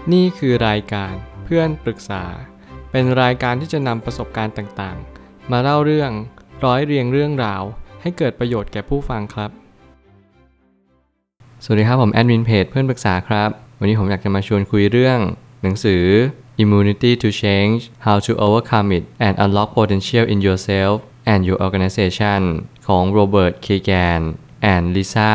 นี่คือรายการเพื่อนปรึกษาเป็นรายการที่จะนำประสบการณ์ต่างๆมาเล่าเรื่องร้อยเรียงเรื่องราวให้เกิดประโยชน์แก่ผู้ฟังครับสวัสดีครับผมแอดมินเพจเพื่อนปรึกษาครับวันนี้ผมอยากจะมาชวนคุยเรื่องหนังสือ Immunity to Change How to Overcome It and Unlock Potential in Yourself and Your Organization ของ Robert Kagan and Lisa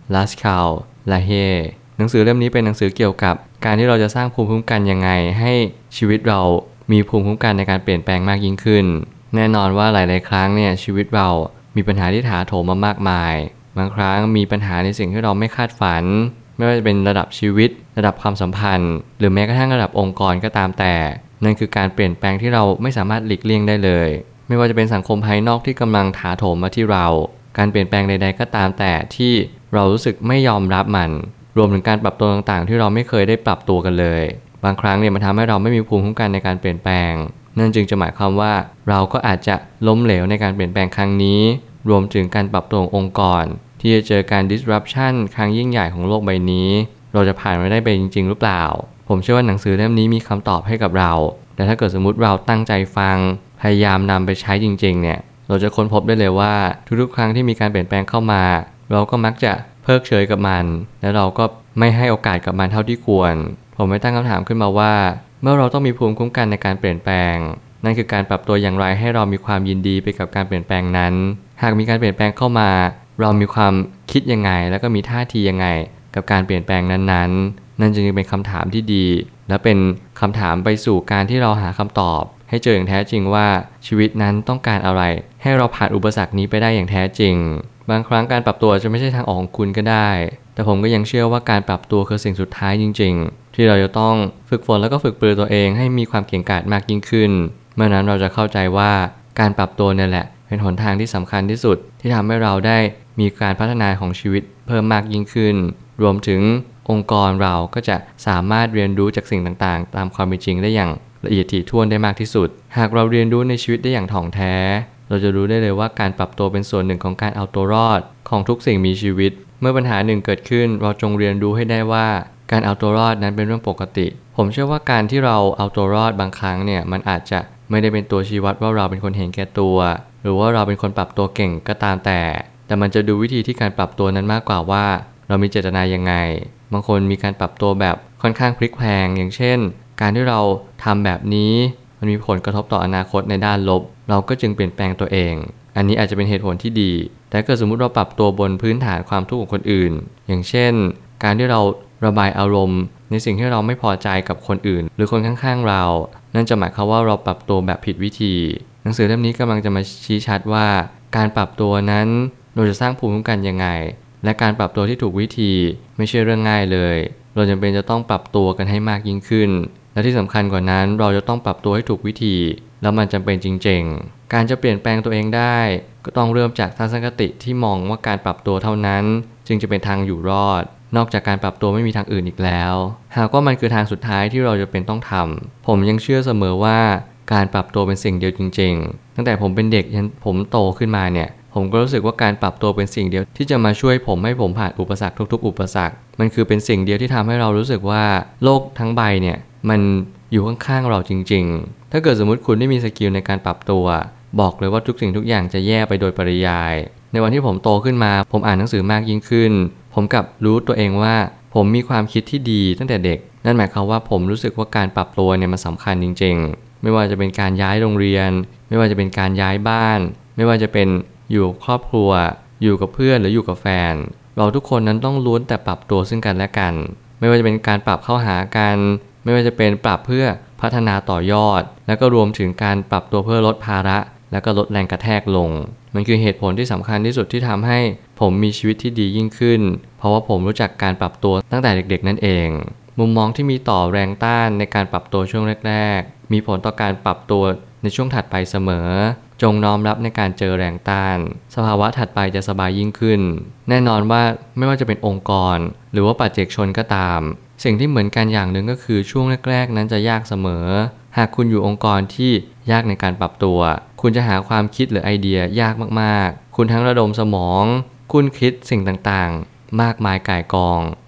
Laskal-Lahey หนังสือเล่มนี้เป็นหนังสือเกี่ยวกับการที่เราจะสร้างภูมิคุ้มกันยังไงให้ชีวิตเรามีภูมิคุ้มกันในการเปลี่ยนแปลงมากยิ่งขึ้นแน่นอนว่าหลายๆครั้งเนี่ยชีวิตเรามีปัญหาที่ถาโถมมามากมายบางครั้งมีปัญหาในสิ่งที่เราไม่คาดฝันไม่ว่าจะเป็นระดับชีวิตระดับความสัมพันธ์หรือแม้กระทั่งระดับองค์กรก็ตามแต่นั่นคือการเปลี่ยนแปลงที่เราไม่สามารถหลีกเลี่ยงได้เลยไม่ว่าจะเป็นสังคมภายนอกที่กำลังถาโถมมาที่เราการเปลี่ยนแปลงใดๆก็ตามแต่ที่เรารู้สึกไม่ยอมรับมันรวมถึงการปรับตัวต่างๆที่เราไม่เคยได้ปรับตัวกันเลยบางครั้งเนี่ยมันทำให้เราไม่มีภูมิคุ้มกันในการเปลี่ยนแปลงนั่นจึงจะหมายความว่าเราก็อาจจะล้มเหลวในการเปลี่ยนแปลงครั้งนี้รวมถึงการปรับตัวขององค์กรที่จะเจอการ disruption ครั้งยิ่งใหญ่ของโลกใบนี้เราจะผ่านมันได้ไปจริงๆหรือเปล่าผมเชื่อว่าหนังสือเล่มนี้มีคำตอบให้กับเราแต่ถ้าเกิดสมมุติเราตั้งใจฟังพยายามนำไปใช้จริงๆเนี่ยเราจะค้นพบได้เลยว่าทุกๆครั้งที่มีการเปลี่ยนแปลงเข้ามาเราก็มักจะเพิกเฉยกับมันและเราก็ไม่ให้โอกาสกับมันเท่าที่ควรผมไม่ตั้งคำถามขึ้นมาว่าเมื่อเราต้องมีภูมิคุ้มกันในการเปลี่ยนแปลงนั่นคือการปรับตัวอย่างไรให้เรามีความยินดีไปกับการเปลี่ยนแปลงนั้นหากมีการเปลี่ยนแปลงเข้ามาเรามีความคิดยังไงแล้วก็มีท่าทียังไงกับการเปลี่ยนแปลงนั้นๆนั่นจึงเป็นคำถามที่ดีและเป็นคำถามไปสู่การที่เราหาคำตอบให้เจออย่างแท้จริงว่าชีวิตนั้นต้องการอะไรให้เราผ่านอุปสรรคนี้ไปได้อย่างแท้จริงบางครั้งการปรับตัวจะไม่ใช่ทางออกของคุณก็ได้แต่ผมก็ยังเชื่อว่าการปรับตัวคือสิ่งสุดท้ายจริงๆที่เราจะต้องฝึกฝนแล้วก็ฝึกปรือตัวเองให้มีความเก่งกาจมากยิ่งขึ้นเมื่อนั้นเราจะเข้าใจว่าการปรับตัวเนี่ยแหละเป็นหนทางที่สำคัญที่สุดที่ทำให้เราได้มีการพัฒนาของชีวิตเพิ่มมากยิ่งขึ้นรวมถึงองค์กรเราก็จะสามารถเรียนรู้จากสิ่งต่างๆตามความเป็นจริงได้อย่างละเอียดถี่ถ้วนได้มากที่สุดหากเราเรียนรู้ในชีวิตได้อย่างถ่องแท้เราจะรู้ได้เลยว่าการปรับตัวเป็นส่วนหนึ่งของการเอาตัวรอดของทุกสิ่งมีชีวิตเมื่อปัญหาหนึ่งเกิดขึ้นเราจงเรียนรู้ให้ได้ว่าการเอาตัวรอดนั้นเป็นเรื่องปกติผมเชื่อว่าการที่เราเอาตัวรอดบางครั้งเนี่ยมันอาจจะไม่ได้เป็นตัวชี้วัดว่าเราเป็นคนเห็นแก่ตัวหรือว่าเราเป็นคนปรับตัวเก่งก็ตามแต่มันจะดูวิธีที่การปรับตัวนั้นมากกว่าว่าเรามีเจตนายังไงบางคนมีการปรับตัวแบบค่อนข้างพลิกแพลงอย่างเช่นการที่เราทำแบบนี้มันมีผลกระทบต่ออนาคตในด้านลบเราก็จึงเปลี่ยนแปลงตัวเองอันนี้อาจจะเป็นเหตุผลที่ดีแต่เกิดสมมุติเราปรับตัวบนพื้นฐานความทุกข์ของคนอื่นอย่างเช่นการที่เราระบายอารมณ์ในสิ่งที่เราไม่พอใจกับคนอื่นหรือคนข้างๆเรานั่นจะหมายความว่าเราปรับตัวแบบผิดวิธีหนังสือเล่มนี้กำลังจะมาชี้ชัดว่าการปรับตัวนั้นเราจะสร้างภูมิคุ้มกันยังไงและการปรับตัวที่ถูกวิธีไม่ใช่เรื่องง่ายเลยเราจำเป็นจะต้องปรับตัวกันให้มากยิ่งขึ้นและที่สำคัญกว่านั้นเราจะต้องปรับตัวให้ถูกวิธีแล้วมันจำเป็นจริงๆการจะเปลี่ยนแปลงตัวเองได้ก็ต้องเริ่มจากทัศนคติที่มองว่าการปรับตัวเท่านั้นจึงจะเป็นทางอยู่รอดนอกจากการปรับตัวไม่มีทางอื่นอีกแล้วหากว่ามันคือทางสุดท้ายที่เราจะเป็นต้องทำผมยังเชื่อเสมอว่าการปรับตัวเป็นสิ่งเดียวจริงๆตั้งแต่ผมเป็นเด็กยันผมโตขึ้นมาเนี่ยผมก็รู้สึกว่าการปรับตัวเป็นสิ่งเดียวที่จะมาช่วยผมให้ผมผ่านอุปสรรคทุกๆอุปสรรคมันคือเป็นสิ่งเดียวที่ทำให้เรารู้สึกว่าโลกทั้งใบเนี่ยมันอยู่ข้างๆเราจริงๆถ้าเกิดสมมุติคุณได้มีสกิลในการปรับตัวบอกเลยว่าทุกสิ่งทุกอย่างจะแย่ไปโดยปริยายในวันที่ผมโตขึ้นมาผมอ่านหนังสือมากยิ่งขึ้นผมกลับรู้ตัวเองว่าผมมีความคิดที่ดีตั้งแต่เด็กนั่นหมายความว่าผมรู้สึกว่าการปรับตัวเนี่ยมันสำคัญจริงๆไม่ว่าจะเป็นการย้ายโรงเรียนไม่ว่าจะเป็นการย้ายบ้านไม่ว่าจะเป็นอยู่ครอบครัวอยู่กับเพื่อนหรืออยู่กับแฟนเราทุกคนนั้นต้องล้วนแต่ปรับตัวซึ่งกันและกันไม่ว่าจะเป็นการปรับเข้าหากันไม่ว่าจะเป็นปรับเพื่อพัฒนาต่อยอดแล้วก็รวมถึงการปรับตัวเพื่อลดภาระแล้วก็ลดแรงกระแทกลงมันคือเหตุผลที่สำคัญที่สุดที่ทำให้ผมมีชีวิตที่ดียิ่งขึ้นเพราะว่าผมรู้จักการปรับตัวตั้งแต่เด็กๆนั่นเองมุมมองที่มีต่อแรงต้านในการปรับตัวช่วงแรกๆมีผลต่อการปรับตัวในช่วงถัดไปเสมอจงน้อมรับในการเจอแรงต้านสภาวะถัดไปจะสบายยิ่งขึ้นแน่นอนว่าไม่ว่าจะเป็นองค์กรหรือว่าปัจเจกชนก็ตามสิ่งที่เหมือนกันอย่างหนึ่งก็คือช่วงแรกๆนั้นจะยากเสมอหากคุณอยู่องค์กรที่ยากในการปรับตัวคุณจะหาความคิดหรือไอเดียยากมากๆคุณทั้งระดมสมองคุณคิดสิ่งต่างๆมากมายก่ายกอง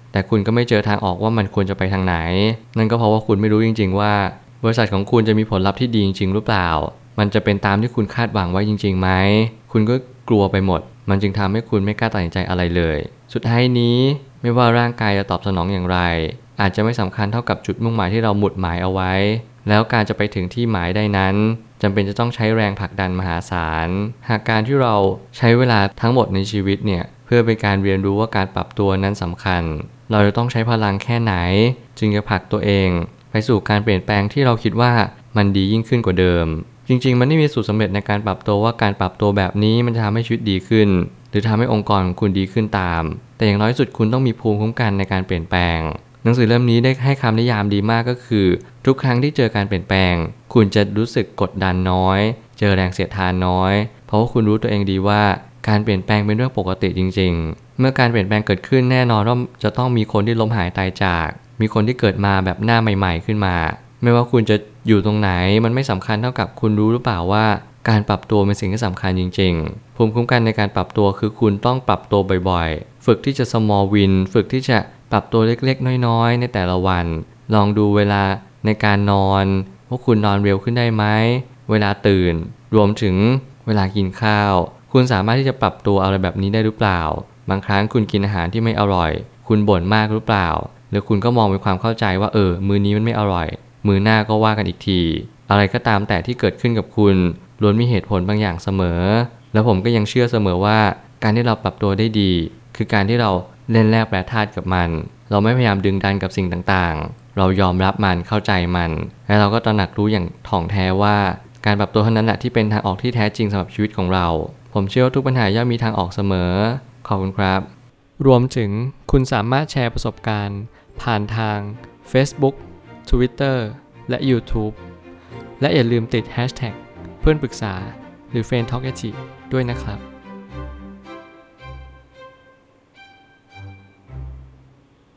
แต่คุณก็ไม่เจอทางออกว่ามันควรจะไปทางไหนนั่นก็เพราะว่าคุณไม่รู้จริงๆว่าบริษัทของคุณจะมีผลลัพธ์ที่ดีจริงๆหรือเปล่ามันจะเป็นตามที่คุณคาดหวังไว้จริงๆไหมคุณก็กลัวไปหมดมันจึงทำให้คุณไม่กล้าตัดสินใจอะไรเลยสุดท้ายนี้ไม่ว่าร่างกายจะตอบสนองอย่างไรอาจจะไม่สำคัญเท่ากับจุดมุ่งหมายที่เราหมุดหมายเอาไว้แล้วการจะไปถึงที่หมายได้นั้นจำเป็นจะต้องใช้แรงผลักดันมหาศาลหากการที่เราใช้เวลาทั้งหมดในชีวิตเนี่ยเพื่อเป็นการเรียนรู้ว่าการปรับตัวนั้นสำคัญเราจะต้องใช้พลังแค่ไหนจึงจะผลักตัวเองไปสู่การเปลี่ยนแปลงที่เราคิดว่ามันดียิ่งขึ้นกว่าเดิมจริงๆมันไม่มีสูตรสำเร็จในการปรับตัวว่าการปรับตัวแบบนี้มันจะทำให้ชีวิตดีขึ้นหรือทำให้องค์กรของคุณดีขึ้นตามแต่อย่างน้อยสุดคุณต้องมีภูมิคุ้มกันในการเปลี่ยนแปลงหนังสือเล่มนี้ได้ให้คำนิยามดีมากก็คือทุกครั้งที่เจอการเปลี่ยนแปลงคุณจะรู้สึกกดดันน้อยเจอแรงเสียดทานน้อยเพราะว่าคุณรู้ตัวเองดีว่าการเปลี่ยนแปลงเป็นเรื่องปกติจริงๆเมื่อการเปลี่ยนแปลงเกิดขึ้นแน่นอนว่าจะต้องมีคนที่ล้มหายตายจากมีคนที่เกิดมาแบบหน้าใหม่ๆขึ้นมาไม่ว่าคุณจะอยู่ตรงไหนมันไม่สำคัญเท่ากับคุณรู้หรือเปล่าว่าการปรับตัวเป็นสิ่งที่สำคัญจริงๆภูมิคุ้มกันในการปรับตัวคือคุณต้องปรับตัวบ่อยๆฝึกที่จะ small win ฝึกที่จะปรับตัวเล็กๆน้อยๆในแต่ละวันลองดูเวลาในการนอนว่าคุณนอนเร็วขึ้นได้ไหมเวลาตื่นรวมถึงเวลากินข้าวคุณสามารถที่จะปรับตัวอะไรแบบนี้ได้หรือเปล่าบางครั้งคุณกินอาหารที่ไม่อร่อยคุณบ่นมากหรือเปล่าหรือคุณก็มองเป็นความเข้าใจว่ามื้อนี้มันไม่อร่อยมื้อหน้าก็ว่ากันอีกทีอะไรก็ตามแต่ที่เกิดขึ้นกับคุณล้วนมีเหตุผลบางอย่างเสมอแล้วผมก็ยังเชื่อเสมอว่าการที่เราปรับตัวได้ดีคือการที่เราเล่นแร่แปรธาตุกับมันเราไม่พยายามดึงดันกับสิ่งต่างๆเรายอมรับมันเข้าใจมันและเราก็ตระหนักรู้อย่างถ่องแท้ว่าการปรับตัวเท่านั้นแหละที่เป็นทางออกที่แท้จริงสำหรับชีวิตของเราผมเชื่อว่าทุกปัญหาย่อมมีทางออกเสมอขอบคุณครับรวมถึงคุณสามารถแชร์ประสบการณ์ผ่านทาง Facebook Twitter และ YouTube และอย่าลืมติด Hashtag เพื่อนปรึกษาหรือ Friend Talk ด้วยนะครับ